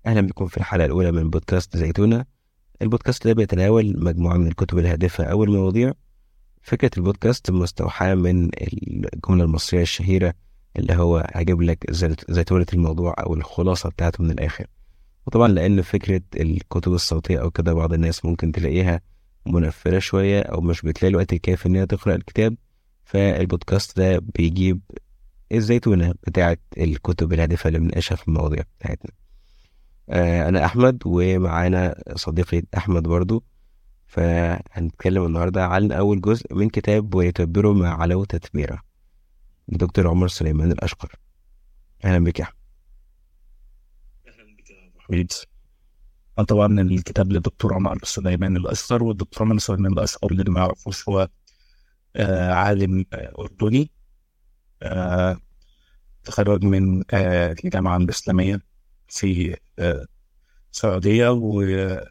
أهلا بكم في الحلقة الأولى من بودكاست زيتونة. البودكاست ده بيتناول مجموعة من الكتب الهادفة أو المواضيع. فكرة البودكاست مستوحاة من الجملة المصرية الشهيرة اللي هو هجيب لك زيتونة الموضوع أو الخلاصة بتاعته من الآخر. وطبعا لأن فكرة الكتب الصوتية أو كده بعض الناس ممكن تلاقيها منفرة شوية أو مش بتلاقي الوقت الكافي إنها تقرأ الكتاب، فالبودكاست ده بيجيب الزيتونة بتاعة الكتب الهادفة اللي بنناقشها في المواضيع بتاعتنا. أنا أحمد ومعانا صديقي أحمد برضو. فهنتكلم النهاردة عن أول جزء من كتاب ويتبره ما علو تتبيرة لدكتور عمر سليمان الأشقر. أهلا بك يا أحمد. أهلا بك يا أبو حميد. طبعا الكتاب للدكتور عمر سليمان الأشقر، والدكتور عمر سليمان الأشقر اللي ما يعرفوش هو عالم أردني. آه، تخرج من الجامعة الإسلامية في السعودية، وعمل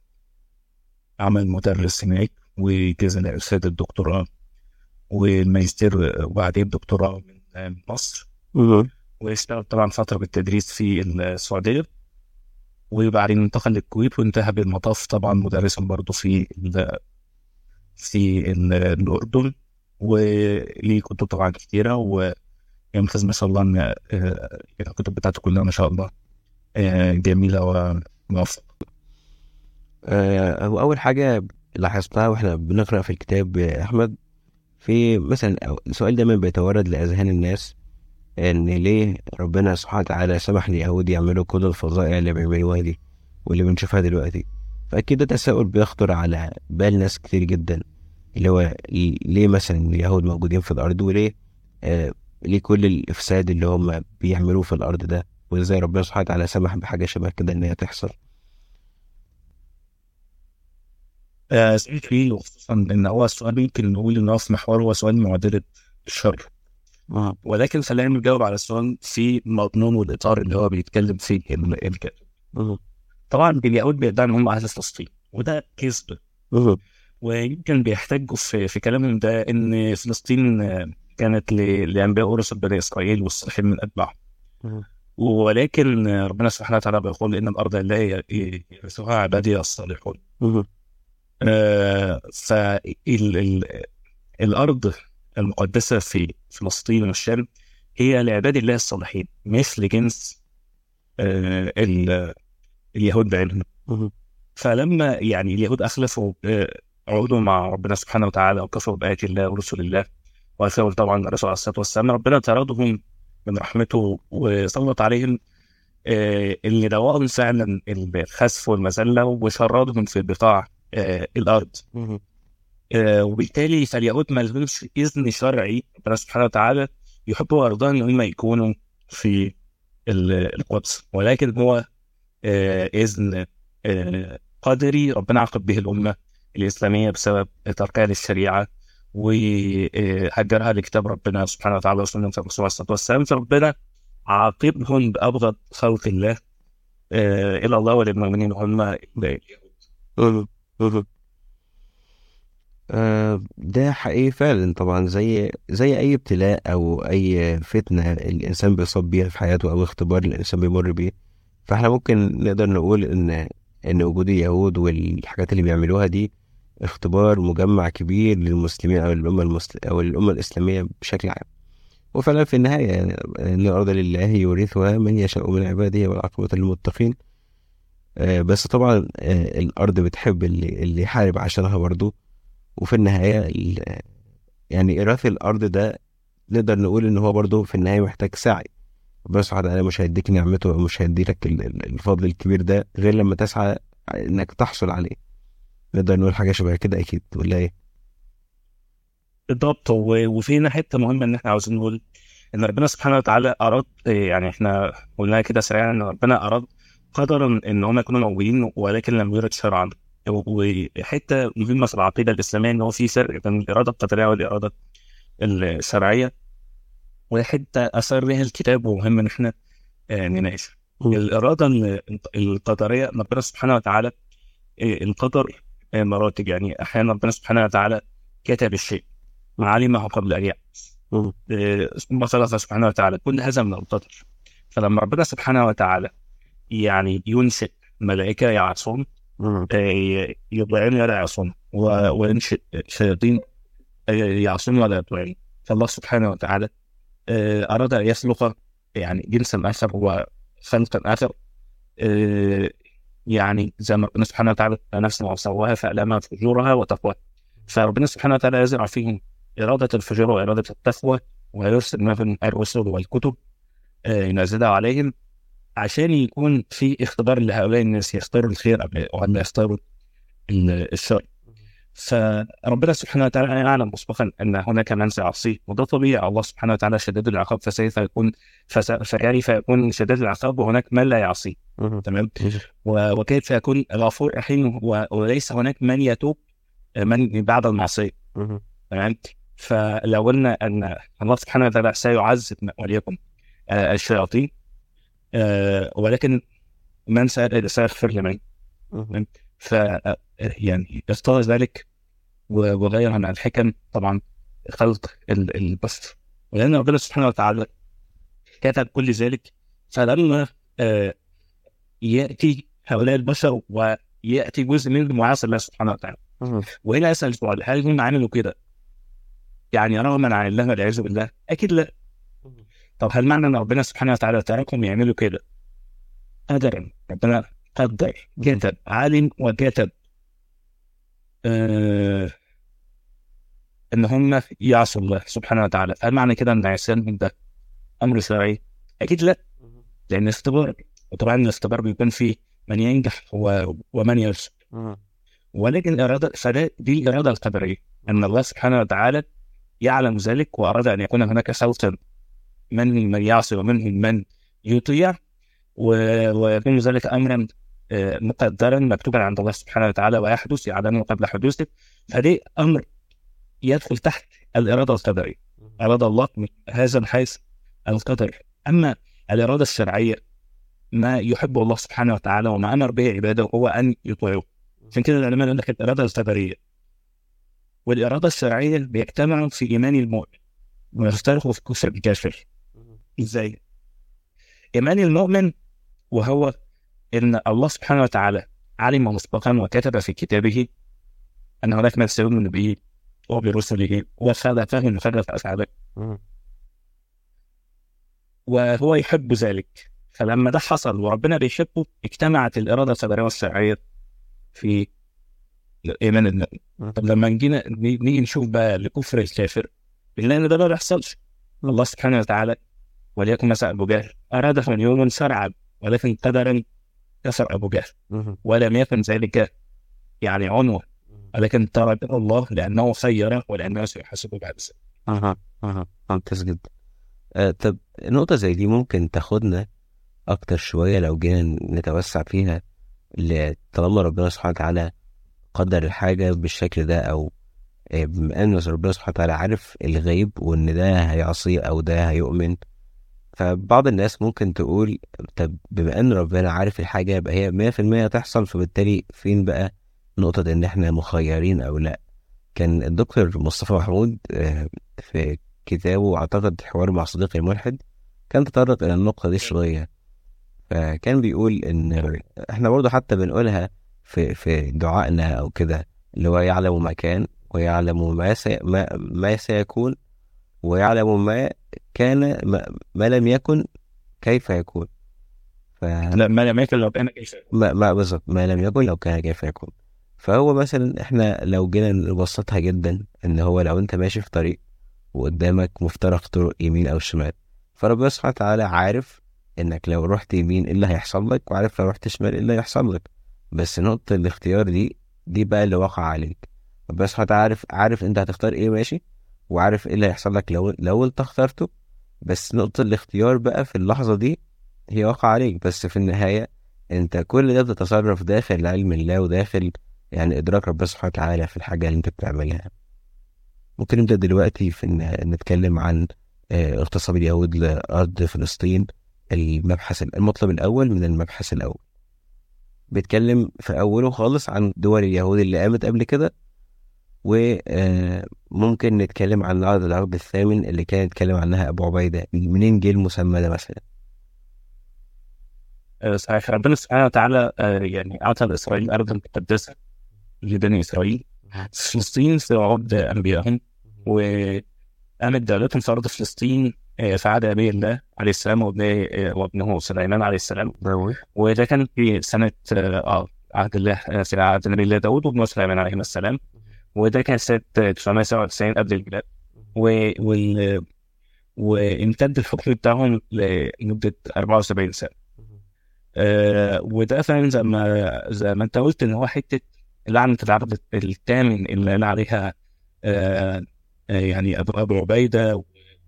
مدرس هناك، وجاز رسالة الدكتوراه والماجستير، وبعدين دكتوراه من مصر. مهم. واشتغل طبعا فترة بالتدريس في السعودية، وبعدين انتقل للكويت، وانتهى بالمطاف طبعا مدرسا برضه الأردن. وليه كتب طبعا كتيرة، ويمتاز ما شاء الله إن الكتب بتاعته كلها ما شاء الله جميلة وموفقة. هو أول حاجة لاحظتها وإحنا بنقرأ في الكتاب يا أحمد، في مثلا سؤال دايما بيتوارد لأذهان الناس، إن ليه ربنا سبحانه وتعالى سمح لليهود يعملوا كل الفظائع اللي بيعملوها دي واللي بنشوفها دلوقتي. فأكيد ده تساؤل بيخطر على بال ناس كتير جدا، اللي هو ليه مثلا اليهود موجودين في الأرض، وليه ليه كل الإفساد اللي هم بيعملوه في الأرض ده، وإزاي ربنا سبحانه وتعالى سمح بحاجة شبه كده إن هي تحصل. سؤال فيه، وخصوصا إن هو السؤال ممكن نقول إن هو في محور هو سؤال معادلة الشر، اه. ولكن خلينا نجاوب على السؤال في مضمون والإطار اللي هو بيتكلم فيه الكاتب. مه. طبعا اليهود بيدعوا إن هم أهل فلسطين، وده كذب. مه. ويمكن بيحتجوا في كلامهم ده ان فلسطين كانت لانبياء ورثة بني اسرائيل والصالحين من اتباعهم. مه. ولكن ربنا سبحانه وتعالى بيقول ان الارض لا يرثها عبادي الصالحون. مه. فالارض المقدسه في فلسطين والشام هي لعباد الله الصالحين، مش لجنس اليهود بعينهم. مه. فلما يعني اليهود اخلفوا عهودهم مع ربنا سبحانه وتعالى، وكفروا بآيات الله ورسل الله، وأسأل طبعا الرسول عليه الصلاة والسلام، ربنا طردهم من رحمته وسلط عليهم اللي دواهم فعلا الخسف والمذلة، وشردهم في بقاع الأرض. مه. وبالتالي فاليهود ما لهمش إذن شرعي ربنا سبحانه وتعالى يحبوا أرضاً إن هم يكونوا في القدس، ولكن هو إذن قدري ربنا عاقب به الأمة الإسلامية بسبب تركها للشريعة وهجرها لكتاب ربنا سبحانه وتعالى وسنة الرسول عليه الصلاة والسلام. فربنا عاقبهم بأبغض خلق الله إلى الله وللمؤمنين هم اليهود. مه. مه. ده حقيقي فعلا، طبعا زي أي ابتلاء أو أي فتنة الإنسان بيصاب بيها في حياته أو اختبار الإنسان بيمر بيه. فاحنا ممكن نقدر نقول إن وجود اليهود والحاجات اللي بيعملوها دي اختبار مجمع كبير للمسلمين أو أو الأمة الإسلامية بشكل عام. وفعلا في النهاية يعني إن الأرض لله يورثها من يشاء من عباده والعاقبة للمتقين. بس طبعا الأرض بتحب اللي يحارب عشانها برضو. وفي النهاية يعني إيراث الأرض ده نقدر نقول إن هو برضو في النهاية محتاج سعي. ربنا سبحانه وتعالى مش هيديك نعمته أو مش هيديلك الفضل الكبير ده غير لما تسعى إنك تحصل عليه. نقدر نقول حاجة شبه كده أكيد، ولا إيه؟ بالضبط. وفينا حتة مهمة إن إحنا عاوزين نقول إن ربنا سبحانه وتعالى أراد، يعني إحنا قلناها كده سريعا، إن ربنا أراد قدرا إن هم يكونوا موجودين، ولكن لم يرد شرعا. وحتة مهمة في العقيدة الإسلامية إن هو في فرق بين الإرادة القدرية والإرادة الشرعية، وحتة أثر بها الكتاب ومهم إن إحنا نناقش مم. الإرادة القدرية. ربنا سبحانه وتعالى القدر مراتب، يعني أحيانا ربنا سبحانه وتعالى كتب الشيء علمه قبل أن يحدث، مم. ثم خلق سبحانه وتعالى كل هذا من القدر. فلما ربنا سبحانه وتعالى يعني ينشئ ملائكة يعصون مم. يطيعون ولا يعصون، وشياطين يعصون ولا يطيعون. فالله سبحانه وتعالى أراد أن يخلق يعني جنسا آخر وخلقا آخر، يعني زي ما ربنا سبحانه وتعالى نفسه وسواها فألهمها فجورها وتقواها. فربنا سبحانه وتعالى يزرع فيهم إرادة الفجور وإرادة التقوى، ويرسل مثلا الرسل والكتب ينزلها عليهم عشان يكون في اختبار لهؤلاء الناس، يختاروا الخير ولا يختاروا الشر. فربنا سبحانه وتعالى يعلم مسبقا ان هناك من سيعصيه، وده طبيعي، الله سبحانه وتعالى شديد العقاب، فيكون شديد العقاب وهناك من لا يعصيه. مم. تمام. وكيف يكون غفور رحيم وليس هناك من يتوب من بعد المعصيه. مم. تمام. فلو قلنا ان الله سبحانه وتعالى سيعذب وليكن الشياطين، ولكن من سيغفر لمن. مم. ف يعني اختار ذلك وغيرها من الحكم طبعا خلق البشر، ولأن ربنا سبحانه وتعالى كتب كل ذلك. فلما يأتي هؤلاء البشر ويأتي جزء منهم ويعصي الله سبحانه وتعالى، مم. وهنا أسأل سؤال: هل هم عملوا كده يعني رغما عن الله والعياذ بالله؟ أكيد لا. طب هل معنى أن ربنا سبحانه وتعالى تركهم يعملوا كده قدرا؟ ربنا قدر، كتب، عالم وكتب ان هم يعصوا الله سبحانه وتعالى. هل معنى كده ان عصيانهم ده امر شرعي؟ اكيد لا، لان اختبار، وطبعا الاختبار بيكون فيه من ينجح ومن يفشل. مم. ولكن الاراده دي الاراده القدريه، ان الله سبحانه وتعالى يعلم ذلك واراد ان يكون هناك صوتا من يعصي ومنهم من يطيع، ويكون ذلك امرا مقدرا مكتوبا عند الله سبحانه وتعالى، ويحدث يعلمه قبل حدوثه. فدي امر يدخل تحت الإرادة القدرية، أراد الله من هذا الحيث القدر. أما الإرادة الشرعية ما يحب الله سبحانه وتعالى وما أمر به عباده هو أن يطيعوه. عشان كده العلماء يقول لك الإرادة القدرية والإرادة الشرعية بيجتمعوا في إيمان المؤمن ويفترقوا في كفر الكافر. إزاي؟ إيمان المؤمن وهو إن الله سبحانه وتعالى علم مسبقا وكتب في كتابه أن هناك من سيؤمن به وبرسله وخلقهم خلق أفعاله، وهو يحب ذلك. فلما ده حصل وربنا بيحبه اجتمعت الإرادة القدرية والشرعية في إيمان المؤمن. طب لما نيجي نشوف بقى لكفر الكافر، بنلاقي إن ده ما بيحصلش. الله سبحانه وتعالى وليكن مثلا أبو جهل أراد أن يؤمن شرعا، ولكن قدرا كفر أبو جهل، ولم يكن ذلك يعني عنوة، ولكن ترك الله لأنه خيره ولأنه سيحاسبه بعد ذلك. ممتاز جدا. طب نقطة زي دي ممكن تاخدنا أكتر شوية لو جينا نتوسع فيها، طالما ربنا سبحانه وتعالى قدر الحاجة بالشكل ده، أو بما أن ربنا سبحانه وتعالى عارف الغيب وإن ده هيعصيه أو ده هيؤمن، فبعض الناس ممكن تقول طب بما أن ربنا عارف الحاجة يبقى هي 100% تحصل، فبالتالي فين بقى نقطة إن إحنا مخيرين أو لأ؟ كان الدكتور مصطفى محمود في كتابه أعتقد حوار مع صديقي الملحد كان تطرق إلى النقطة دي شوية، فكان بيقول إن إحنا برضو حتى بنقولها في دعائنا أو كده، اللي هو يعلم ما كان ويعلم ما سيكون ويعلم ما كان ما لم يكن كيف يكون. لا، ما لم يكن لو كان كيف يكون. ما بالظبط، ما لم يكن لو كان كيف يكون. فهو مثلا احنا لو جينا نبسطها جدا، ان هو لو انت ماشي في طريق وقدامك مفترق طرق يمين او شمال، فربنا سبحانه وتعالى عارف انك لو رحت يمين ايه اللي هيحصل لك، وعارف لو رحت شمال ايه اللي هيحصل لك، بس نقطة الاختيار دي بقى اللي وقع عليك. ربنا سبحانه وتعالى عارف انت هتختار ايه ماشي، وعارف ايه اللي هيحصل لك لو انت اخترته، بس نقطة الاختيار بقى في اللحظة دي هي وقع عليك. بس في النهاية انت كل ده بتتصرف داخل علم الله وداخل يعني إدراك ربنا سبحانه وتعالى في الحاجة اللي أنت بتعملها. ممكن نبدأ دلوقتي في نتكلم عن اغتصاب اليهود لأرض فلسطين. المطلب الأول من المبحث الأول بيتكلم في أوله خالص عن دول اليهود اللي قامت قبل كده، وممكن نتكلم عن العرض الثامن اللي كان يتكلم عنها أبو عبيدة. منين جه المسمى ده مثلا؟ صحيح. ربنا سبحانه وتعالى يعني أعطى لإسرائيل أرضا مقدسة لبني إسرائيل في فلسطين في عهد أنبيائهم، وقامت دولتهم في أرض فلسطين في عهد أبي الله عليه السلام وابنه سليمان عليه السلام. وده كان في سنة عهد الله في عهد نبي الله داود وابنه سليمان عليه السلام، وده كان سنة 997 قبل الميلاد. وامتد الحكم بتاعهم لمدة 74 سنة. وده فعلا زي ما انت قلت ان هو حته لعنه العبد الثامن اللي قال عليها يعني ابو عبيده،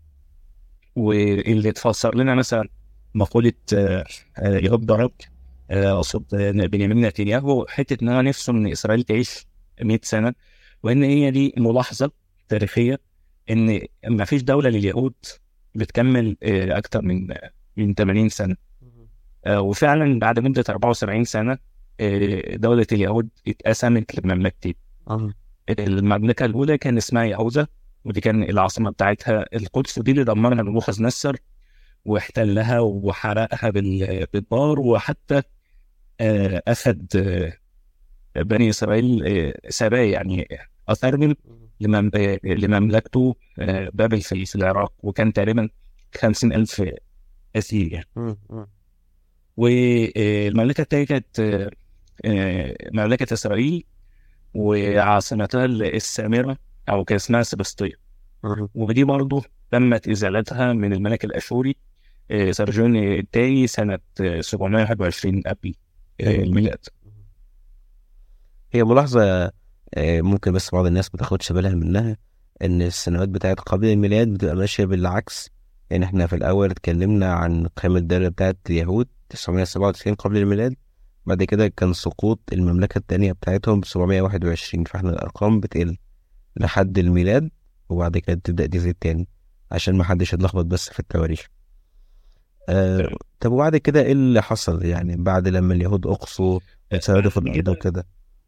واللي تفسر لنا مثلا مقوله يهود ضرب قصد بنيامين نتنياهو، حته ان هو نفسه ان اسرائيل تعيش 100 سنه، وان هي دي ملاحظه تاريخيه ان ما فيش دوله لليهود بتكمل اكتر من 80 سنه. وفعلا بعد مدة 74 سنة دولة اليهود اتقسمت لمملكتين. المملكة الأولى كان اسمها يهوذا، ودي كان العاصمة بتاعتها القدس، ودي اللي دمرها نبوخذ نصر واحتلها وحرقها بالنار، وحتى أخذ بني إسرائيل سبايا يعني أترجم لمملكته بابل في العراق، وكان تقريبا 50,000 أسير يعني. والمملكة التانية كانت مملكة إسرائيل، وعاصمتها السامرة أو كان اسمها سبسطية، ودي برضو تمت إزالتها من الملك الأشوري سرجون الثاني سنة 721 قبل الميلاد. هي ملاحظة ممكن بس بعض الناس ما تاخدش بالها منها، ان السنوات بتاعت قبل الميلاد بتبقى ماشية بالعكس. يعني احنا في الاول اتكلمنا عن قيام الدولة بتاعت اليهود 997 قبل الميلاد، بعد كده كان سقوط المملكة التانية بتاعتهم 721، فاحنا الارقام بتقل لحد الميلاد وبعد كده تبدأ تزيد تاني عشان ما حدش يتلخبط بس في التواريخ. طب وبعد كده ايه اللي حصل يعني بعد لما اليهود اقصوا اتسردوا في الارض وكده؟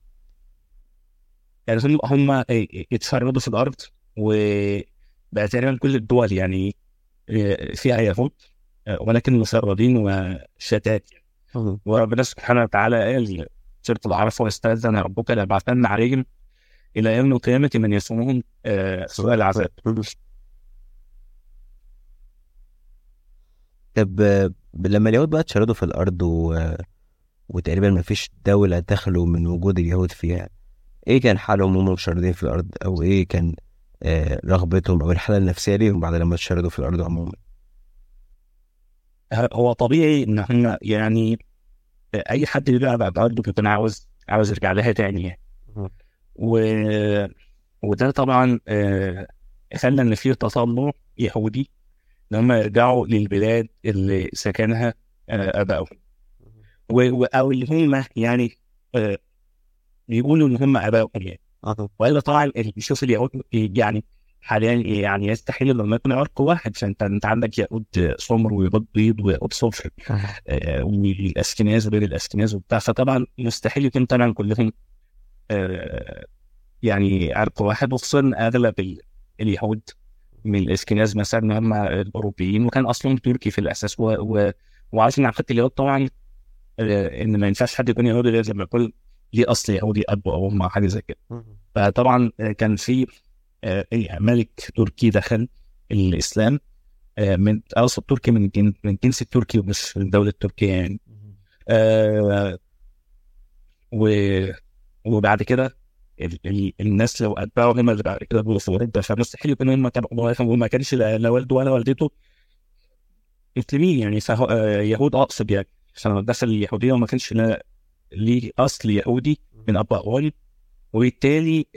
يعني هم اتسردوا في الارض، وبقى تقريبا كل الدول يعني فيها يهود ولكن مسردين وشتات. وربنا سبحانه وتعالى قال سورة الأعراف: واستأذن ربك ليبعثن عليهم إلى يوم القيامة من يسومهم سوء العذاب. طب لما اليهود بقى اتشردوا في الأرض وتقريبا ما فيش دولة تخلو من وجود اليهود فيها، ايه كان حالهم هم مشردين في الأرض؟ أو ايه كان رغبتهم أو الحالة النفسية ليهم بعد لما اتشردوا في الأرض عموما؟ هو طبيعي إن احنا يعني أي حد يرجع بعد أرضه كان عاوز يرجع لها تاني يعني. وده طبعا خلى إن فيه تطلع يهودي إن هم يرجعوا للبلاد اللي سكنها آبائهم، أو اللي هم يعني بيقولوا إن هم آبائهم يعني. وإلا طبعا اللي بيشوف اليهود يعني حاليا يعني يستحيل لما يكون عرق واحد، فأنت عندك يهود سمر ويهود بيض ويهود صفر والأسكناز وغير الأسكناز وبتاع، فطبعا مستحيل يكون طبعا كلهم يعني عرق واحد، وخصوصا أغلب اليهود من الاسكناز مثلا هم الاوروبيين، وكان اصلا تركي في الاساس. وعشان عقيده اليهود طبعا ان ما ينفعش حد يكون يهودي لازم يكون ليه اصل يهودي اب او ام حاجه زي كده. فطبعا كان في ملك تركي دخل الاسلام من اصل تركي من جنس التركي ومش من الدوله التركيه يعني. وبعد كده الناس لو اتباعوا هم اللي بعد كده بيقولوا في اوروبا، فمستحيل يكونوا هم كانوا ما كانش لا والده ولا والدته مسلمين يعني. يهود اقصد يعني عشان دخل اليهوديه وما كانش ليه اصل يهودي من اب اول، وبالتالي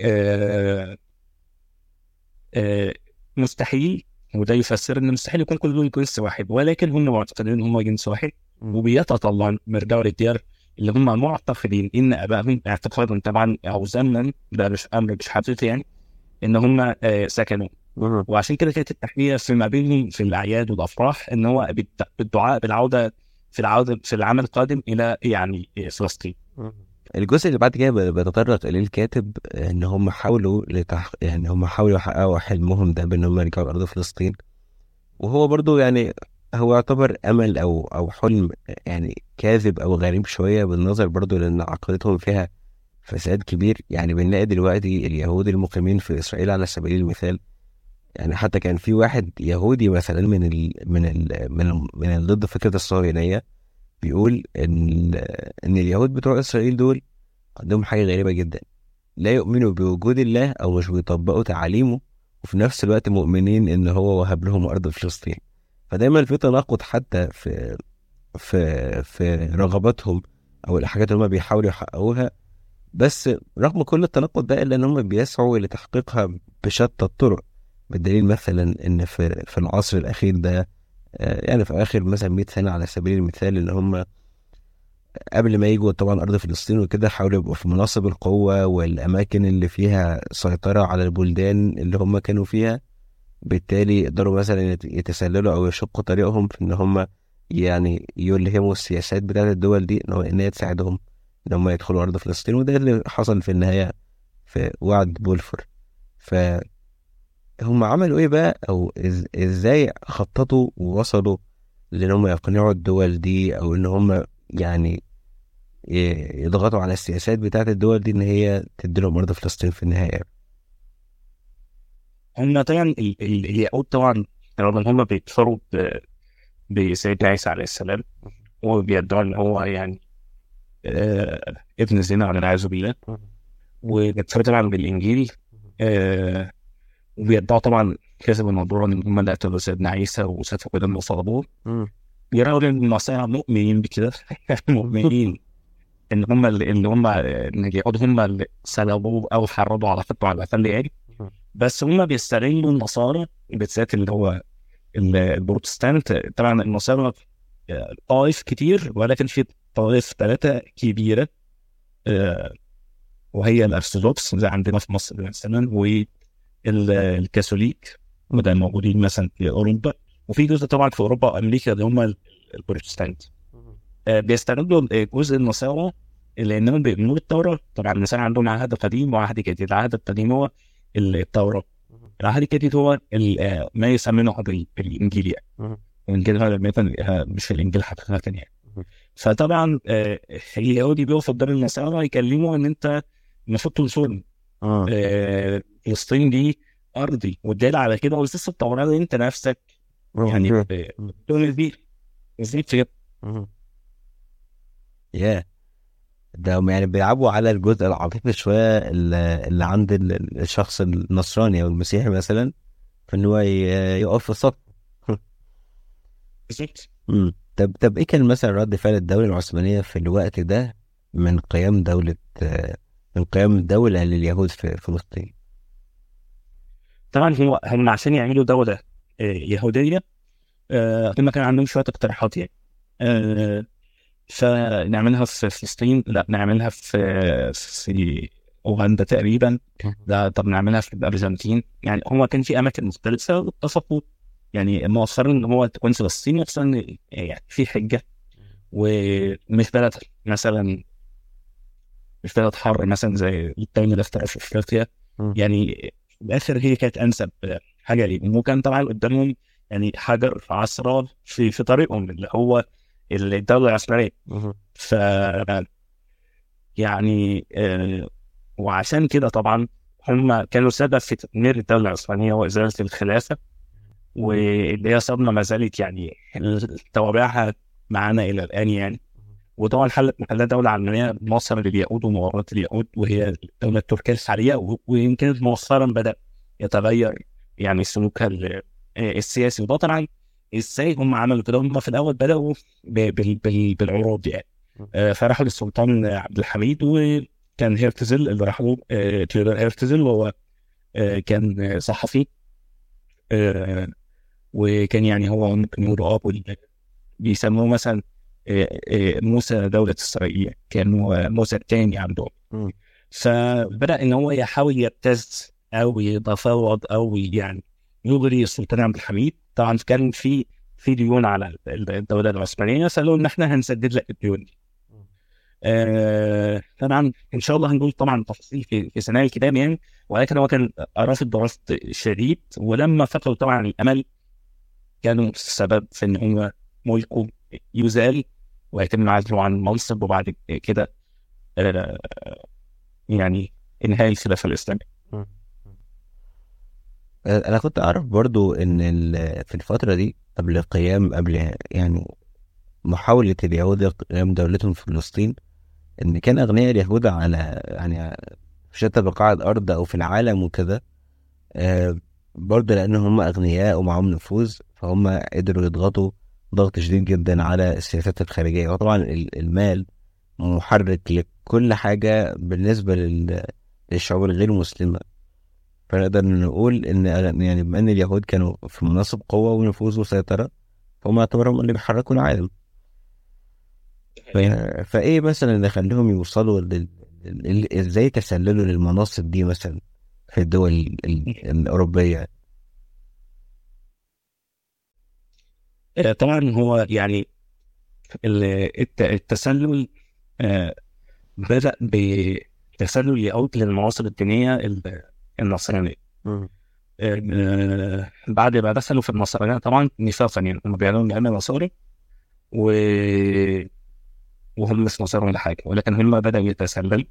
مستحيل، وده يفسر ان مستحيل يكون كل دول جنس واحد، ولكن هم معتقدين ان هم جنس واحد وبيتطلعوا يرجعوا للديار اللي هم معتقدين ان ابائهم اعتقادهم طبعا او زمنا ده مش امر مش حقيقي يعني ان هم سكنوا. وعشان كده كانت التحيه فيما بينهم في الاعياد والافراح ان هو بالدعاء بالعوده في العام القادم الى يعني فلسطين. الجزء اللي بعد كده بيتطرق اليه الكاتب ان هم حاولوا يعني هم حاولوا يحققوا حلمهم ده بان هم يرجعوا لارض فلسطين، وهو برضو يعني هو يعتبر امل او حلم يعني كاذب او غريب شويه بالنظر برضو، لان عقيدتهم فيها فساد كبير. يعني بنلاقي دلوقتي اليهود المقيمين في اسرائيل على سبيل المثال، يعني حتى كان في واحد يهودي مثلا من ضد فكره الصهيونيه بيقول ان اليهود بتوع اسرائيل دول عندهم حاجه غريبه جدا، لا يؤمنوا بوجود الله او مش بيطبقوا تعاليمه، وفي نفس الوقت مؤمنين ان هو وهب لهم ارض فلسطين. فدايما في تناقض حتى في رغباتهم او الحاجات اللي هم بيحاولوا يحققوها. بس رغم كل التناقض ده الا ان هم بيسعوا لتحقيقها بشتى الطرق. بالدليل مثلا ان في العصر الاخير ده، يعني في اخر مثلا 100 سنه على سبيل المثال، ان هم قبل ما يجوا طبعا ارض فلسطين وكده حاولوا يبقوا في مناصب القوه والاماكن اللي فيها سيطره على البلدان اللي هم كانوا فيها. بالتالي يقدروا مثلا يتسللوا او يشقوا طريقهم في ان هم يعني يلهموا السياسات بتاعت الدول دي ان هي تساعدهم ان هم يدخلوا ارض فلسطين. وده اللي حصل في النهايه في وعد بولفور. فهم عملوا ايه بقى، او ازاي خططوا ووصلوا لان هم يقنعوا الدول دي، او ان هم يعني يضغطوا على السياسات بتاعت الدول دي ان هي تدي لهم ارض فلسطين في النهايه. هم طبعا اليهود طبعا رغم ان هم بيكفروا بسيدنا عيسى عليه السلام، وبيدعوا ان هو يعني ابن زنا والعياذ بالله، وبيكفروا طبعا بالانجيل، وبيدعوا طبعا كذب الموضوع ان هم اللي قتلوا سيدنا عيسى وسفكوا دمه وصلبوه. بيراوا ان النصارى مؤمنين بكده مؤمنين ان هم ان اليهود هم اللي سلبوه او حرضوا على خطه على الاقل يعني. بس هم بيستغلوا النصارى بالذات اللي هو البروتستانت. طبعا النصارى طائف كتير، ولكن في طائف 3 كبيره، وهي الارثوذكس زي عندنا في مصر مثلا، والكاثوليك وده موجودين مثلا في اوروبا، وفي جزء طبعا في اوروبا وامريكا اللي هم البروتستانت. بيستغلوا جزء النصارى لانهم بيؤمنوا بالتوراه. طبعا النصارى عندهم عهد قديم وعهد جديد. العهد القديم هو التوراه، العهد الجديد هو ما يسمونه بالانجيل يعني. الانجيل هذا مش الانجيل حقيقه يعني. فطبعا اليهودي بيقفوا قدام النصارى يكلموا ان انت المفروض تنصرني، فلسطين دي ارضي، والدليل على كده هو لسه التوراه اللي انت نفسك يعني بتؤمن بيه. ازاي كده؟ يا ده هم يعني بيلعبوا على الجزء العاطفي شويه اللي عند الشخص النصراني او المسيحي مثلا، في ان هو يقف في الصف. بالظبط. طب ايه كان مثلا رد فعل الدولة العثمانية في الوقت ده من قيام من قيام دولة لليهود في فلسطين؟ طبعا هم عشان يعملوا دوله يهوديه، هم كان عندهم شويه اقتراحات يعني. فنعملها في فلسطين، لا نعملها في اوغندا تقريبا، لا طب نعملها في الارجنتين. يعني هو كان في اماكن مختلفه اتفقوا يعني مؤخرا ان هو تكون فلسطين مثلا يعني في حجه، ومش بلد مثلا مش بلد حر مثلا زي الدولة اللي اخترعت في افريقيا. يعني في الاخر هي كانت انسب حاجه ليهم، وكان طبعا قدامهم يعني حجر عثرة في طريقهم اللي هو الدوله العثمانيه. ف يعني وعشان كده طبعا هم كانوا سبب في تدمير الدوله العثمانيه وازاله الخلافه، واللي هي صدمه ما زالت يعني توابعها معانا الى الان يعني. وطبعا حلت محلها دولة علمانية ناصرة لليهود ومعارضة اليهود، وهي الدولة التركية الحالية. ويمكن مؤخرا بدأ يتغير يعني سلوكها السياسي. وده طبعا ازاي هم عملوا كده؟ هم في الأول بدأوا بالعروض يعني. فراحوا للسلطان عبد الحميد، وكان هيرتزل اللي راح له تيودور هيرتزل، وهو كان صحفي، وكان يعني هو ممكن يقولوا بيسموه مثلا موسى دولة إسرائيل، كان موسى الثاني عندهم. فبدأ إن هو يحاول يبتز أو يتفاوض أو يعني يغري السلطان عبد الحميد. طبعا كان في ديون على الدولة العثمانية، فقالوا إن إحنا هنسدد لك الديون دي. طبعا إن شاء الله هنقول طبعا تفاصيل في ثنايا الكتاب يعني، ولكن هو كان رافض شديد. ولما فقدوا طبعا الأمل كانوا السبب في ان هم ملكه يزال ويتم عزله عن المنصب، وبعد كده آه، يعني انهاء الخلافه الاسلاميه. انا كنت اعرف برضو ان في الفترة دي قبل يعني محاولة اليهود قيام دولتهم في فلسطين، ان كان اغنياء اليهود على يعني في شتى بقاع الارض او في العالم وكده، برضه لان هم اغنياء ومعاهم نفوذ، فهم قدروا يضغطوا ضغط شديد جدا على السياسات الخارجية. وطبعا المال محرك لكل حاجة بالنسبة للشعوب الغير مسلمة. فنقدر نقول ان يعني بما ان اليهود كانوا في مناصب قوة ونفوذ وسيطرة، فهم يعتبروا اللي بيحركوا العالم. فايه مثلا اللي خليهم يوصلوا ازاي تسللوا للمناصب دي مثلا في الدول الأوروبية؟ طبعا هو يعني التسلل بدأ بتسلل يعود للمناصب الدينية النصرانية. بعد ما دخلوا في النصرانية طبعا نفاقا، يعني هم بيعلنوا إن هم نصارى وهم مش نصارى ولا حاجة، ولكن هم بدأوا يتسللوا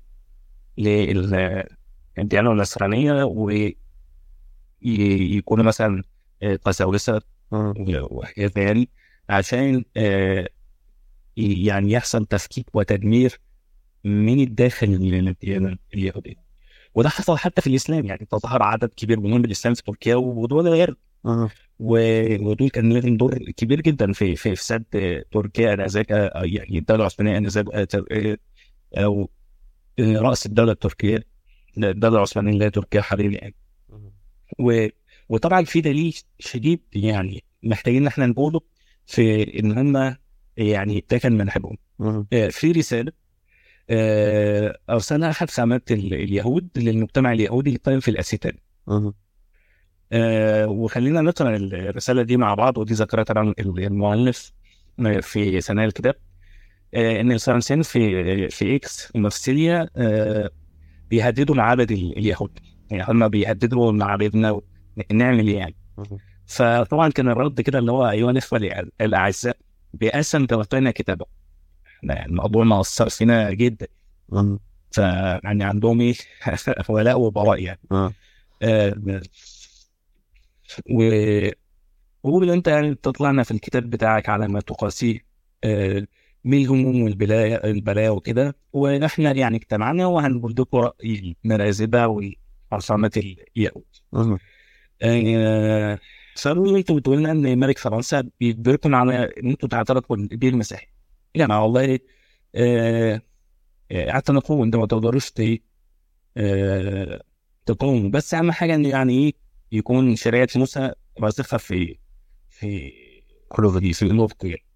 للديانة النصرانية ويكونوا مثلا قساوسة وحاجات يعني، عشان يعني يحصل تفكيك وتدمير من الداخل للديانة اليهودية. وده حصل حتى في الإسلام، يعني تظهر عدد كبير منهم بالإسلام في تركيا ودول غير. ودول كان لهم دور كبير جدا في سد تركيا آنذاك، يعني الدولة العثمانية آنذاك، أو رأس الدولة التركية، الدولة العثمانية اللي هي تركيا حاليا يعني. وطبعا في دليل شديد يعني محتاجين ان احنا نقوله في ان هم يعني ده كان منهجهم. في رسالة أرسلها أحد سامات اليهود للمجتمع اليهودي القائم في الأسيتان. وخلينا نقرأ الرسالة دي مع بعض، ودي ذكرها طبعا المؤلف في ثنايا الكتاب. إن الفرنسيين في إكس المفسية بيهددوا معابد اليهود، يعني هم بيهددوا معابدنا، نعمل إيه يعني؟ فطبعا كان الرد كده اللي هو أيها الإخوة الأعزاء بأسا توفينا كتابا. يعني الموضوع ما أثر فينا جدا. فيعني عندهم ايه ولاء وبراء يعني. وقول انت يعني تطلعنا في الكتاب بتاعك على ما تقاسيه من الهموم والبلايا وكده، ونحن يعني اجتمعنا وهنقول لكم رأي المرازبة والعصامة اليهود. صاروا انتوا بتقول لنا ان ملك فرنسا بيجبركم على ان انتوا تعترفوا بالدين المسيحي. يعني والله اعتنقوا انت ما تقدروش تقوم، بس اهم حاجه ان يعني ايه يكون شريعه موسى راسخه في قلوبكم يعني.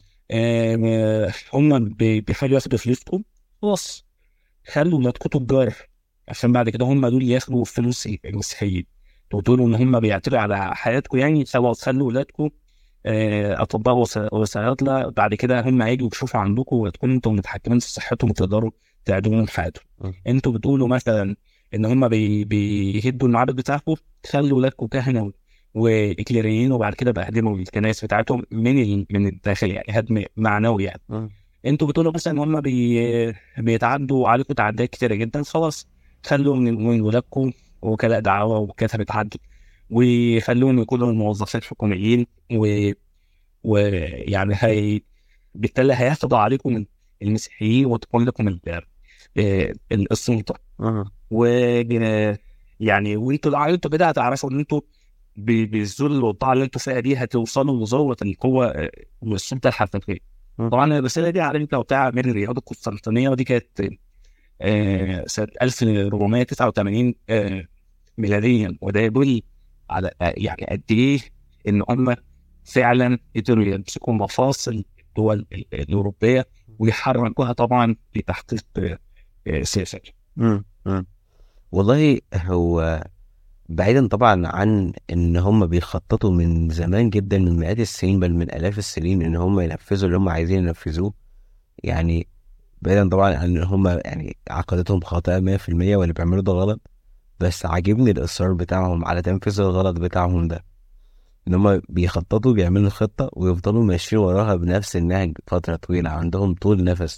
هم بيحاولوا ياخدوا فلوسكم، خلاص خلوا ولادكم تجار، عشان بعد كده هم دول ياخدوا فلوس المسيحيين. تقولوا ان هم بيعتروا على حياتكم، يعني خلاص خلوا ولادكم اطباء وصيادله، بعد كده هم هيجوا يشوفوا عندكم وتكونوا انتم متحكمين في صحتهم وتقدروا تعدلوا حياتهم. انتوا بتقولوا مثلا ان هم بيهدوا المعابد بتاعكم، خلوا ولادكم كهنه واكليريين، وبعد كده بهدموا الكنائس بتاعتهم من الداخل، يعني هدم معنوي يعني. انتوا بتقولوا مثلا ان هم بيتعدوا عليكم تعديات كتيره جدا، خلاص خلوا من ولادكم وكلاء دعوه وكتبة عدل، وخلوهم يكونوا الموظفين الحكوميين، ويعني بالتالي هياخدوا عليكم المسيحيين وتكون لكم السلطه. يعني وانتوا كده هتعرفوا ان انتوا بالذل والطاعه اللي انتوا فيها دي هتوصلوا لذروه القوه والسلطه الحقيقيه. طبعا الرساله دي على انت بتاع من الرياضه القسطنطينيه، ودي كانت سنه 1489 ميلاديا. وده يدل على يعني قد ايه ان هم فعلا قدروا يمسكوا مفاصل الدول الاوروبيه ويحركوها طبعا لتحقيق سياسات. والله هو بعيدا طبعا عن ان هم بيخططوا من زمان جدا، من مئات السنين بل من الاف السنين، ان هم ينفذوا اللي هم عايزين ينفذوه. يعني بعيدا طبعا عن ان هم يعني عقيدتهم خاطئة 100% واللي بيعملوا ده غلط، بس عاجبني الاصرار بتاعهم على تنفيذ الغلط بتاعهم ده. ان هم بيخططوا، بيعملوا خطة ويفضلوا ماشيين وراها بنفس النهج فترة طويلة، عندهم طول نفس.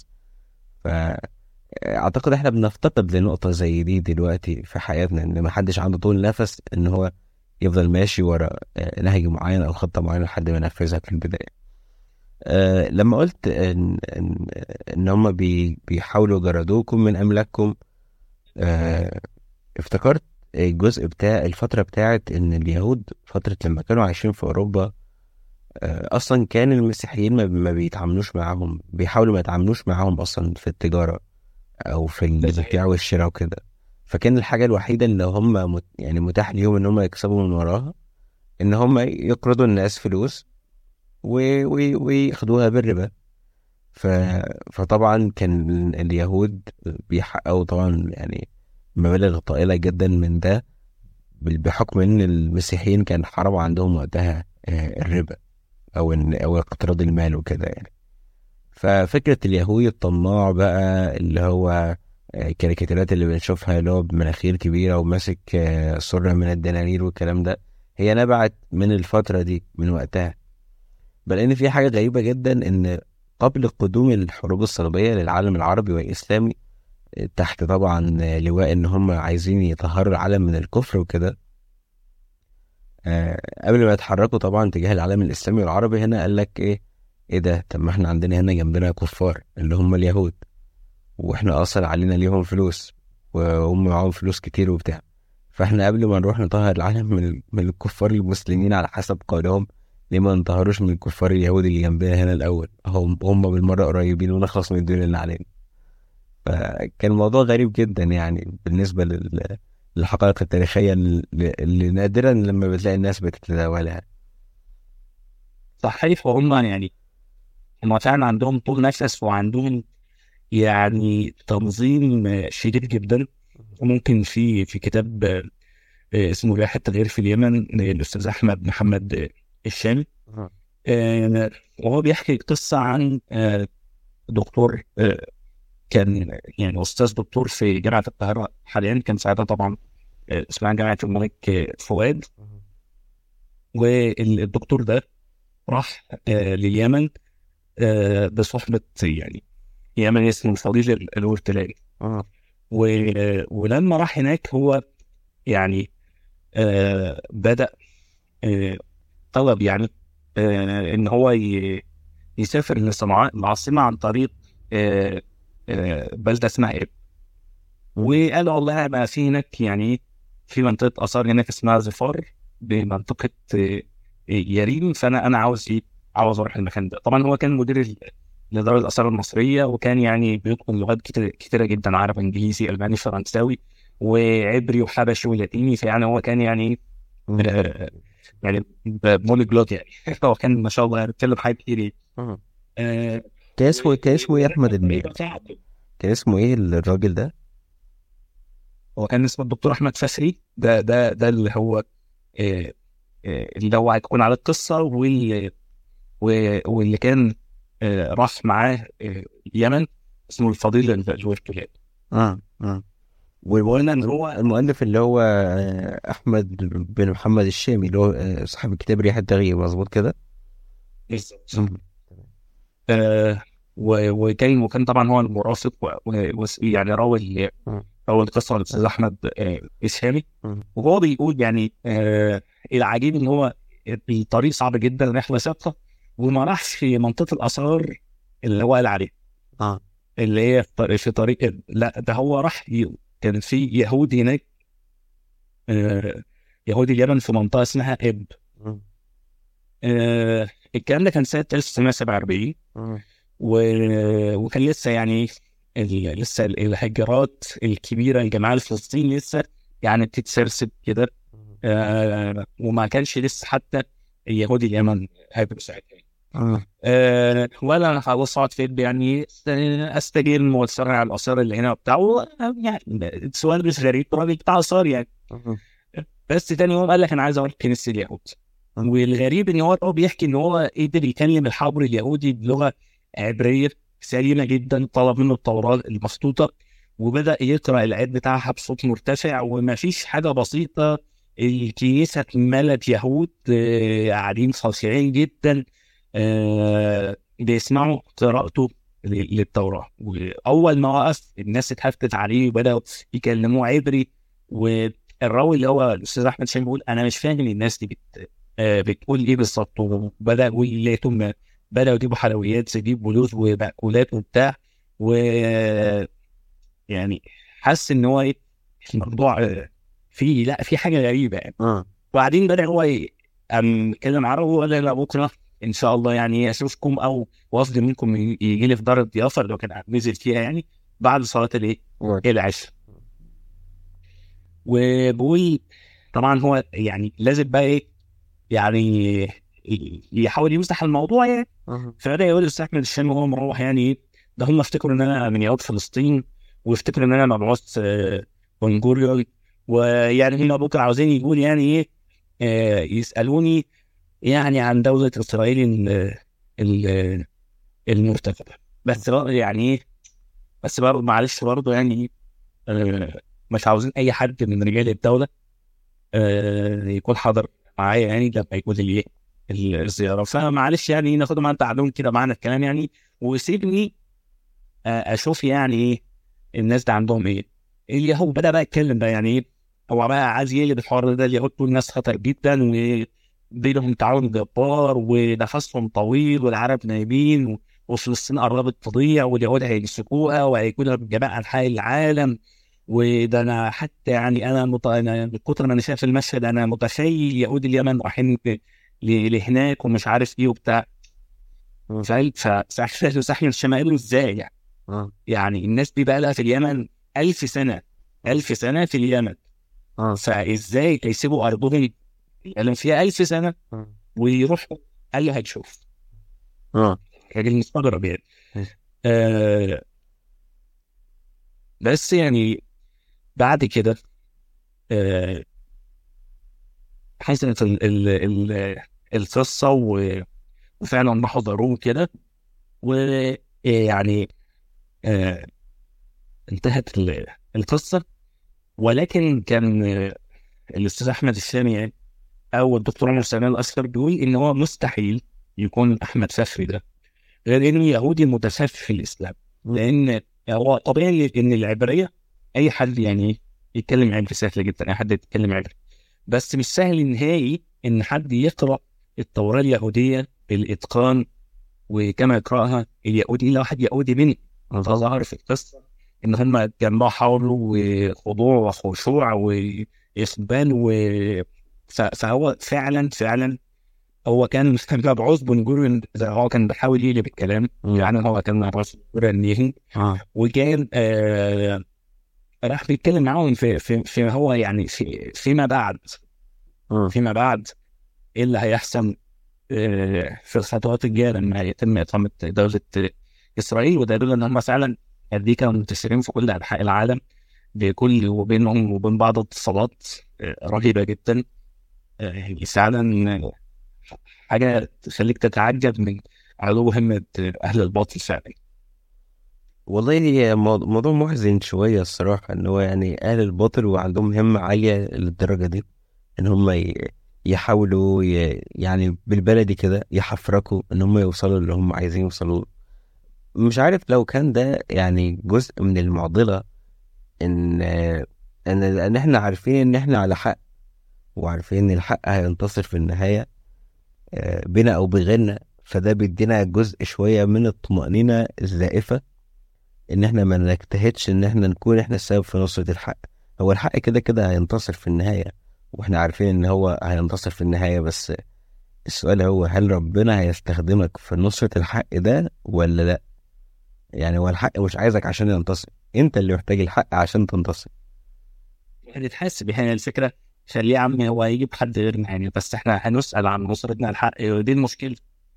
فأعتقد احنا بنفتقد لنقطة زي دي دلوقتي في حياتنا، ان محدش عنده طول نفس ان هو يفضل ماشي ورا نهج معين او خطة معينة لحد ما ينفذها في البداية. لما قلت ان هم بيحاولوا يجردوكم من املاككم، افتكرت الجزء بتاع الفترة بتاعت ان اليهود فترة لما كانوا عايشين في اوروبا، اصلا كان المسيحيين ما بيتعاملوش معاهم، بيحاولوا ما يتعاملوش معاهم اصلا في التجارة او في البيع والشراء وكده. فكان الحاجة الوحيدة اللي هم يعني متاح ليهم ان هم يكسبوا من وراها ان هم يقرضوا الناس فلوس وياخدوها بالربا. ف... فطبعا كان اليهود بيحققوا طبعا يعني مبالغ طائلة جدا من ده، بحكم ان المسيحيين كان حرام عندهم وقتها الربا او اقتراض المال وكده يعني. ففكرة اليهودي الطماع بقى اللي هو الكاريكاتيرات اللي بنشوفها اللي هو بمناخير كبيرة وماسك سرة من الدنانير والكلام ده، هي نبعت من الفترة دي من وقتها. بل ان في حاجة غريبة جدا، ان قبل قدوم الحروب الصليبية للعالم العربي والإسلامي تحت طبعا لواء ان هم عايزين يطهروا العالم من الكفر وكده، قبل ما يتحركوا طبعا تجاه العالم الإسلامي والعربي، هنا قال لك ايه ده؟ طب ما احنا عندنا هنا جنبنا كفار اللي هم اليهود، واحنا اصلا علينا ليهم فلوس وهم معاهم فلوس كتير وبتاع. فاحنا قبل ما نروح نطهر العالم من الكفار المسلمين على حسب قولهم، ليه ما نطهروش من الكفار اليهود اللي جنبنا هنا الاول؟ هم بالمره قريبين ونخلص من الدين اللي علينا. فكان الموضوع غريب جدا يعني بالنسبه للحقائق التاريخيه اللي نادرا لما بتلاقي الناس بتتداولها. صحيح. وهم يعني هم فعلا عندهم طول نفس وعندهم يعني تنظيم شديد جدا. وممكن في كتاب اسمه رياح التغيير في اليمن للأستاذ أحمد محمد الشامي، وهو بيحكي قصة عن دكتور كان يعني أستاذ دكتور في جامعة القاهرة حاليا، كان ساعتها طبعا اسمها جامعة الملك فؤاد. والدكتور ده راح لليمن بصحبة يعني يمن اسمه الفضيل الورتلاني. ولما راح هناك هو يعني بدأ طلب يعني ان هو يسافر لصنعاء العاصمة عن طريق بلدة اسمها إب. وقال والله ما في هناك يعني في منطقة آثار هناك اسمها ظفار بمنطقة يريم، فأنا عاوز أروح المكان ده. طبعا هو كان مدير لدار الآثار المصرية، وكان يعني بيتقن لغات كتيرة جدا، عربي إنجليزي ألماني فرنساوي وعبري وحبشي ولاتيني. فيعني هو كان يعني يعني بوليجلوت يعني هو كان ما شاء الله يتكلم حاجات كتير. كان اسمه ايه احمد كان اسمه ايه الراجل ده؟ هو كان اسمه الدكتور احمد فسري. ده اللي هو اللي هو هيكون على القصه واللي كان راح معاه اليمن اسمه الفضيل الورتلاني. وقلنا ان هو المؤلف اللي هو احمد بن محمد الشامي اللي هو صاحب الكتاب رياح التغيير، مظبوط كده؟ وكان طبعا هو المرافق يعني راوي القصه الاستاذ احمد الشامي. وهو بيقول يعني العجيب ان هو الطريق صعب جدا، رحله شاقه، وما راحش في منطقه الاثار اللي هو قال عليها اللي هي في طريق لا ده هو راح كان في يهودي هناك يهودي اليمن في منطقه اسمها اب. الكلام ده كان سنه 1947. وكان لسه يعني لسه الهجرات الكبيره الجماعه الفلسطينيه لسه يعني بتتسرسب كده. وما كانش لسه حتى اليهودي اليمن هاجروا ساعتها. ولا انا خلاص اقعد في يعني استجير واتفرج على الاثار اللي هنا وبتاع يعني سؤال مش غريب، راجل بتاع اثار يعني. بس تاني يوم قال لك انا عايز اروح كنيسه اليهود. والغريب ان هو بيحكي ان هو قدر يكلم الحبر اليهودي بلغه عبريه سليمه جدا، طلب منه التوراه المخطوطه وبدا يقرا العيد بتاعها بصوت مرتفع، وما فيش حاجه بسيطه الكنيسة اتملت يهود قاعدين خاشعين جدا، بيسمعوا قراءته للتوراة. وأول ما وقف الناس اتهفتت عليه وبدأوا يكلموه عبري. والراوي اللي هو الأستاذ أحمد شامي بيقول أنا مش فاهم الناس دي بتقول إيه بالظبط. وبدأ يقول لقيتهم بدأوا يجيبوا حلويات زبيب ولوز ومأكولات وبتاع. و يعني حس إن هو إيه الموضوع فيه، لا في حاجة غريبة يعني. وبعدين بدأ هو يتكلم عربي وقال لا بكرة إن شاء الله يعني أشوفكم أو وفد منكم يجي لي في دار الضيافة اللي كان نزل فيها يعني بعد صلاة العشاء. وبقول طبعا هو يعني لازم بقى إيه يعني يحاول يمسح الموضوع يعني. فبدأ يقول الأستاذ أحمد الشامي وهو مروح يعني إيه ده هم افتكروا إن أنا من يهود فلسطين، وافتكروا إن أنا مبعوث بن غوريون، ويعني هم بكرة عاوزين يقول يعني إيه يسألوني يعني عن دولة إسرائيل المرتكبة. بس يعني إيه بس برضه معلش برضه يعني مش عاوزين أي حد من رجال الدولة يكون حاضر معايا يعني لما يكون الزيارة. فمعلش يعني ناخده مع التعلم كده معنا الكلام يعني، وسيبني أشوف يعني إيه الناس ده عندهم إيه. اليهود بدأ بقى يتكلم بقى يعني إيه هو بقى عايز يقلب الحوار ده. اليهود دول ناس خطر جدا وبينهم تعاون جبار ونفسهم طويل والعرب نايمين وفلسطين قربت تضيع واليهود هيمسكوها وهيكونوا بجميع أنحاء العالم. وده أنا حتى يعني أنا من كتر ما أنا شايف المشهد أنا متخيل يهود اليمن رايحين لهناك ومش عارف إيه وبتاع. فأحمد الشامي قالوا إزاي يعني يعني الناس دي بقى لها في اليمن 1000 سنة 1000 سنة في اليمن. فإزاي يسيبوا أرضهم اللي فيها 1000 سنة ويروحوا؟ قال له هتشوف. راجل مستغرب يعني. بس يعني بعد كده حصلت القصة وفعلا راحوا ضروه كده. ويعني انتهت القصة. ولكن كان الأستاذ أحمد الشامي يعني أو الدكتور عمر سلمان الأصغر بيقول إن هو مستحيل يكون أحمد فخري ده غير إنه يهودي متسفل في الإسلام. لأن هو طبيعي إن العبرية أي حد يعني يتكلم عبري سهل جدا، أي حد يتكلم عبري. بس مش سهل نهائي إن حد يقرأ التوراة اليهودية بالإتقان وكما يقرأها اليهودي إلا واحد يهودي منه. فظهر في القصة إن هم اتجمعوا حوله وخضوع وخشوع وإقبال فهو فعلا هو كان مبعوث بن غوريون. هو كان بيحاول يقلب الكلام يعني هو كان مبعوث بن غوريون وكان راح بيتكلم معاهم في هو يعني فيما بعد ايه اللي هيحصل في الخطوات الجايه لما يتم اقامه دوله اسرائيل. وده يدل ان هم فعلا دي كانوا منتشرين في كل انحاء العالم بكل وبينهم وبين بعض اتصالات رهيبه جدا. فعلا حاجه تخليك تتعجب من علو همه اهل الباطل فعلا. والله هي موضوع محزن شوية الصراحة، ان هو يعني اهل الباطل وعندهم همة عالية للدرجة دي ان هم يحاولوا يعني بالبلدي كده يحفركوا ان هم يوصلوا اللي هم عايزين يوصلوا. مش عارف لو كان ده يعني جزء من المعضلة ان احنا عارفين ان احنا على حق وعارفين ان الحق هينتصر في النهاية بنا او بغيرنا، فده بيدينا جزء شوية من الطمأنينة الزائفة ان احنا ما نجتهدش ان احنا نكون احنا السبب في نصرة الحق. هو الحق كده كده هينتصر في النهاية واحنا عارفين ان هو هينتصر في النهاية، بس السؤال هو هل ربنا هيستخدمك في نصرة الحق ده ولا لا؟ يعني هو الحق مش عايزك عشان ينتصر، انت اللي محتاج الحق عشان تنتصر. هنتحاسب يعني الفكرة خليه يا عم هو هيجيب حد غيرنا يعني، بس احنا هنسأل عن نصرتنا الحق دي المشكلة.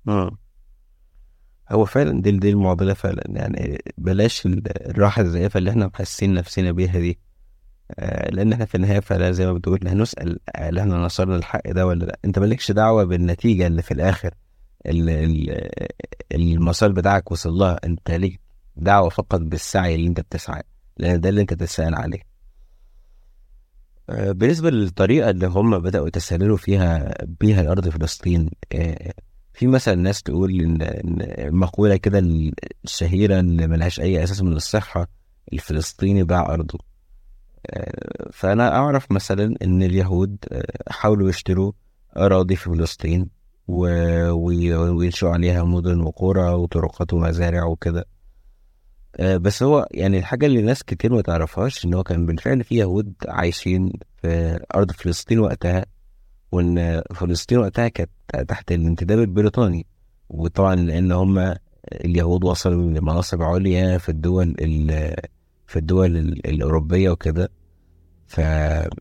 هو فعلا دي المعضلة فعلا يعني. بلاش الراحة الزائفة اللي احنا محسين نفسنا بيها دي، لان احنا في النهاية فعلا زي ما بتقول هنسأل هل احنا نصرنا الحق ده ولا لا. انت مالكش دعوة بالنتيجة اللي في الاخر المسار بتاعك وصل لها، انت ليك دعوة فقط بالسعي اللي انت بتسعى، لان ده اللي انت تسأل عليه. بالنسبة للطريقة اللي هم بدأوا يتسللوا بيها الأرض فلسطين، في مثلا ناس تقول إن مقولة كده الشهيرة اللي ملهاش أي أساس من الصحة: الفلسطيني باع أرضه. فأنا أعرف مثلا إن اليهود حاولوا يشتروا أراضي في فلسطين وينشئوا عليها مدن وقرى وطرقات ومزارع وكده. بس هو يعني الحاجة اللي ناس كتير ما تعرفهاش إن هو كان بالفعل في يهود عايشين في أرض فلسطين وقتها، وإن فلسطين وقتها كانت تحت الانتداب البريطاني. وطبعا لأن هم اليهود وصلوا لمناصب عليا في الدول الأوروبية وكده، فقدروا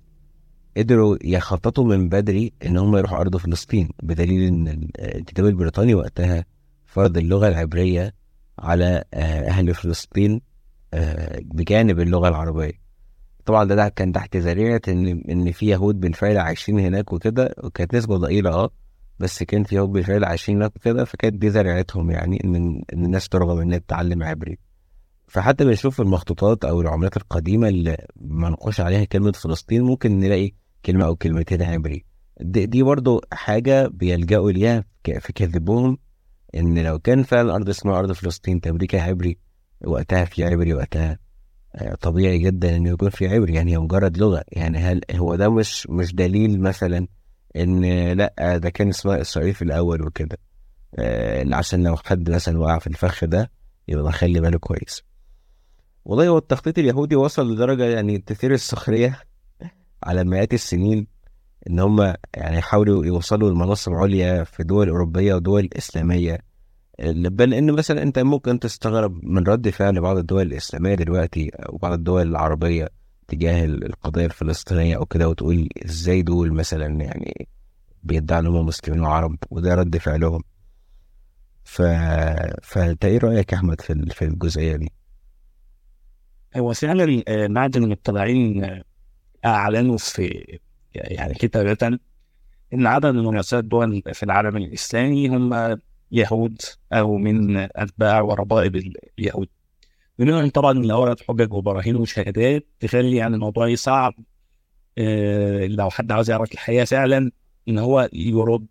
يخططوا من بدري إن هم يروحوا أرض فلسطين، بدليل إن الانتداب البريطاني وقتها فرض اللغة العبرية على أهل فلسطين بجانب اللغة العربية. طبعا ده كان تحت ذريعة إن في يهود بالفعل عايشين هناك وكده، وكانت نسبة ضئيلة بس كان في يهود بالفعل عايشين هناك وكده، فكانت دي ذريعتهم يعني إن الناس ترغب إنها تتعلم عبري. فحتى بنشوف المخطوطات أو العملات القديمة اللي منقوش عليها كلمة فلسطين ممكن نلاقي كلمة أو كلمتين عبري. دي برضو حاجة بيلجأوا ليها في كذبهم، ان لو كان فعلا ارض اسمها ارض فلسطين تمليكها عبري، وقتها في عبري وقتها، طبيعي جدا انه يكون في عبري. يعني هي مجرد لغة. يعني هل هو ده مش دليل مثلا ان لا ده كان اسمها اسرائيل في الاول وكده؟ عشان لو حد مثلا وقع في الفخ ده يبقى خلي باله كويس. والله هو التخطيط اليهودي وصل لدرجة يعني تثير السخرية على مئات السنين، ان هم يعني حاولوا يوصلوا لمناصب عليا في دول اوروبية ودول اسلامية. بل ان مثلا انت ممكن تستغرب من رد فعل بعض الدول الاسلاميه دلوقتي وبعض الدول العربيه تجاه القضيه الفلسطينيه او كده، وتقول ازاي دول مثلا يعني بيدعوا ان هم مسلمين وعرب، وده رد فعلهم. ف فانت ايه رايك يا احمد في الجزئيه دي؟ هو فعلا بعد ما الطالعين اعلنوا في يعني كتابة ان عدد من رؤساء الدول في العالم الاسلامي هم يهود او من اتباع وربائب اليهود، منهم طبعا اللي ورد حجج وبراهين وشهادات تخلي يعني الموضوع صعب. لو حد عاوز يعرف الحقيقه فعلا ان هو يرد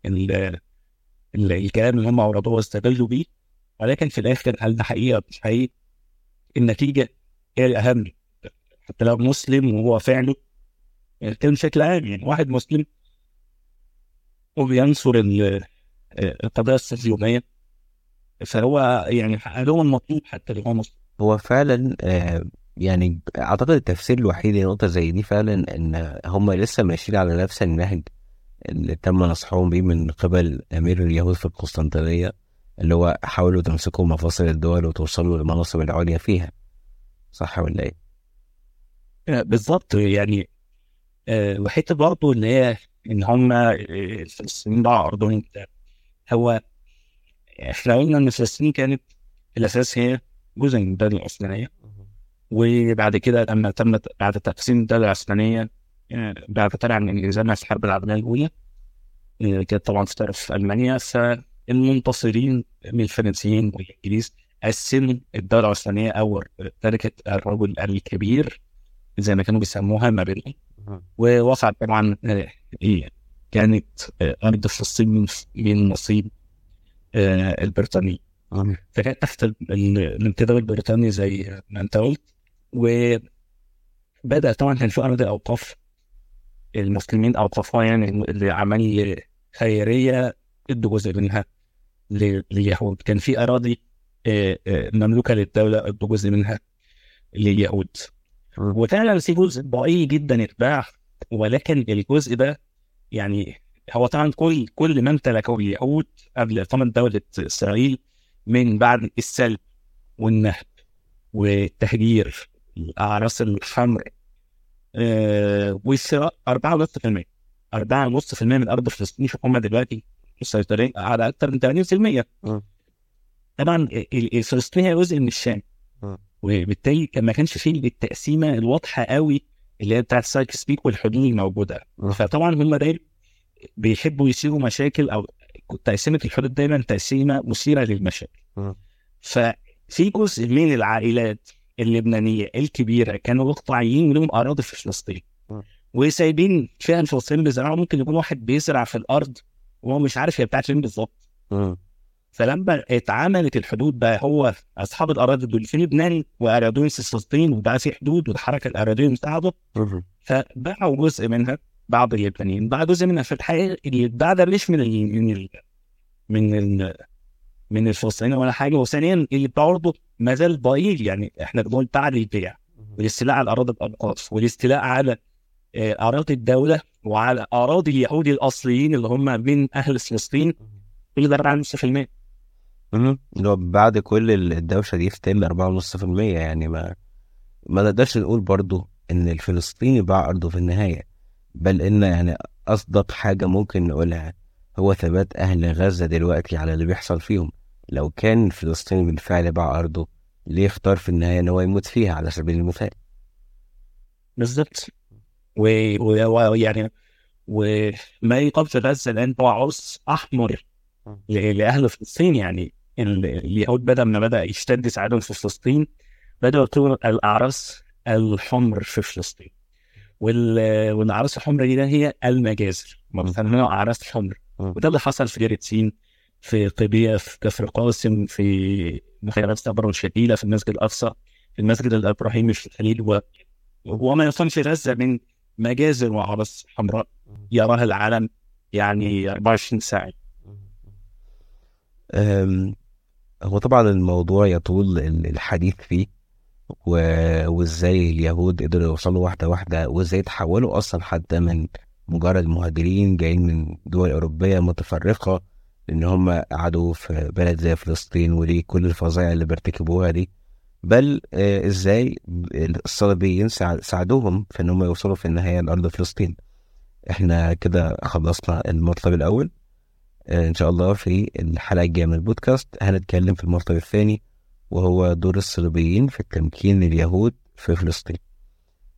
الكلام اللي هم اوردوه واستدلوا بيه، ولكن في الاخر هل ده حقيقه مش حقيقي؟ النتيجه هي الاهم. حتى لو مسلم وهو فعله كان بشكل عام يعني واحد مسلم وبينصر القضيه الصهيونيه، فهو يعني حقق لهم المطلوب حتى لو هو مسلم. هو فعلا يعني اعتقد التفسير الوحيد لنقطه زي دي فعلا ان هم لسه ماشيين على نفس النهج اللي تم نصحهم بيه من قبل امير اليهود في القسطنطينيه، اللي هو حاولوا تمسكوا مفاصل الدول وتوصلوا للمناصب العليا فيها. صح ولا ايه؟ بالظبط يعني. وحته برضه اللي هي ان هم الفلسطينيين ضاعوا ارضهم. هو احنا قلنا ان فلسطين كانت في الاساس هي جزء من الدوله العثمانيه، وبعد كده لما تمت بعد تقسيم الدوله العثمانيه بعد طلع من انجليزنا في الحرب العالميه الاولى، كانت طبعا في طرف المانيا، فالمنتصرين من الفرنسيين والانجليز قسموا الدوله العثمانيه او تركه الرجل الكبير زي ما كانوا بيسموها ما بينهم، ووقعت طبعا كانت ارض فلسطين من نصيب البريطاني. فكانت تحت الانتداب البريطاني زي ما انت قلت. وبدأ طبعا كان في أرض أوقاف المسلمين أوقفوها، يعني لعملية خيرية ادوا جزء منها لليهود. كان في أراضي مملوكة للدولة ادوا جزء منها لليهود. وفعلا في جزء ضئيل جدا اتباع، ولكن الجزء ده يعني هو طبعا كل ما امتلكه اليهود قبل إقامة دولة إسرائيل من بعد السلب والنهب والتهجير الأعراس الحمراء والسراء 4.5%. 4.5% من أرض فلسطين هم دلوقتي مسيطرين على أكثر من 80%. طبعا الفلسطين هي جزء من الشام، وبالتالي ما كانش فيه التقسيمة الواضحة قوي اللي هي بتاعت سايكس بيك والحدود الموجودة. فطبعا هم دايما بيحبوا يصيروا مشاكل، أو تقسيمة الحدود دايما تقسيمة مثيرة للمشاكل. ففي جزء من العائلات اللبنانية الكبيرة كانوا واقعيين ولهم أراضي في فلسطين، وسايبين فيها الفلسطينيين بيزرعوا. ممكن يكون واحد بيزرع في الارض وهو مش عارف هي بتاعت فين بالظبط. فلما اتعملت الحدود بقى هو اصحاب الاراضي دول في لبنان واراضيهم في فلسطين، وبقى في حدود وتحرك الاراضي بتاعته، فباعوا جزء منها بعض اللبنانيين، باعوا جزء منها. في الحقيقه اللي اتباع ده مش من الفلسطينيين ولا حاجه. وثانيا اللي برضه ما زال ضئيل، يعني احنا بنقول بعد البيع والاستيلاء على اراضي الأوقاف والاستيلاء على اراضي الدوله وعلى اراضي اليهود الاصليين اللي هم من اهل فلسطين، يقدر على 5%. اللي هو بعد كل الدوشه دي ستيل 4.5%. يعني ما نقدرش نقول برضو ان الفلسطيني باع ارضه في النهايه، بل ان يعني اصدق حاجه ممكن نقولها هو ثبات اهل غزه دلوقتي على اللي بيحصل فيهم. لو كان الفلسطيني بالفعل باع ارضه، ليه اختار في النهايه ان هو يموت فيها على سبيل المثال؟ بالظبط. ويعني وما يقام في غزه الان هو عرس احمر لاهل فلسطين. يعني اليهود بدأ يشتد سعادهم في فلسطين، بدأوا يطلبوا الاعراس الحمر في فلسطين. والاعراس الحمر دي هي المجازر، ما بيسموها اعراس حمر. وده اللي حصل في دير ياسين، في قبية، في كفر قاسم، في مخيمات صبر وشتيلة، في المسجد الأقصى، في المسجد الإبراهيمي في الخليل، وما يصنع في غزة من مجازر وأعراس حمراء يراها العالم يعني 24 ساعة. هو طبعا الموضوع يطول الحديث فيه، وازاي اليهود قدروا يوصلوا واحدة واحدة، وازاي تحولوا اصلا حتى من مجرد مهاجرين جايين من دول اوروبية متفرقة ان هم قعدوا في بلد زي فلسطين، وليه كل الفظائع اللي بيرتكبوها دي. بل ازاي الصليبيين ساعدوهم في ان هم يوصلوا في النهاية لأرض فلسطين. احنا كده خلصنا المطلب الاول. ان شاء الله في الحلقة الجاية من البودكاست هنتكلم في المطلب الثاني، وهو دور الصليبيين في تمكين اليهود في فلسطين.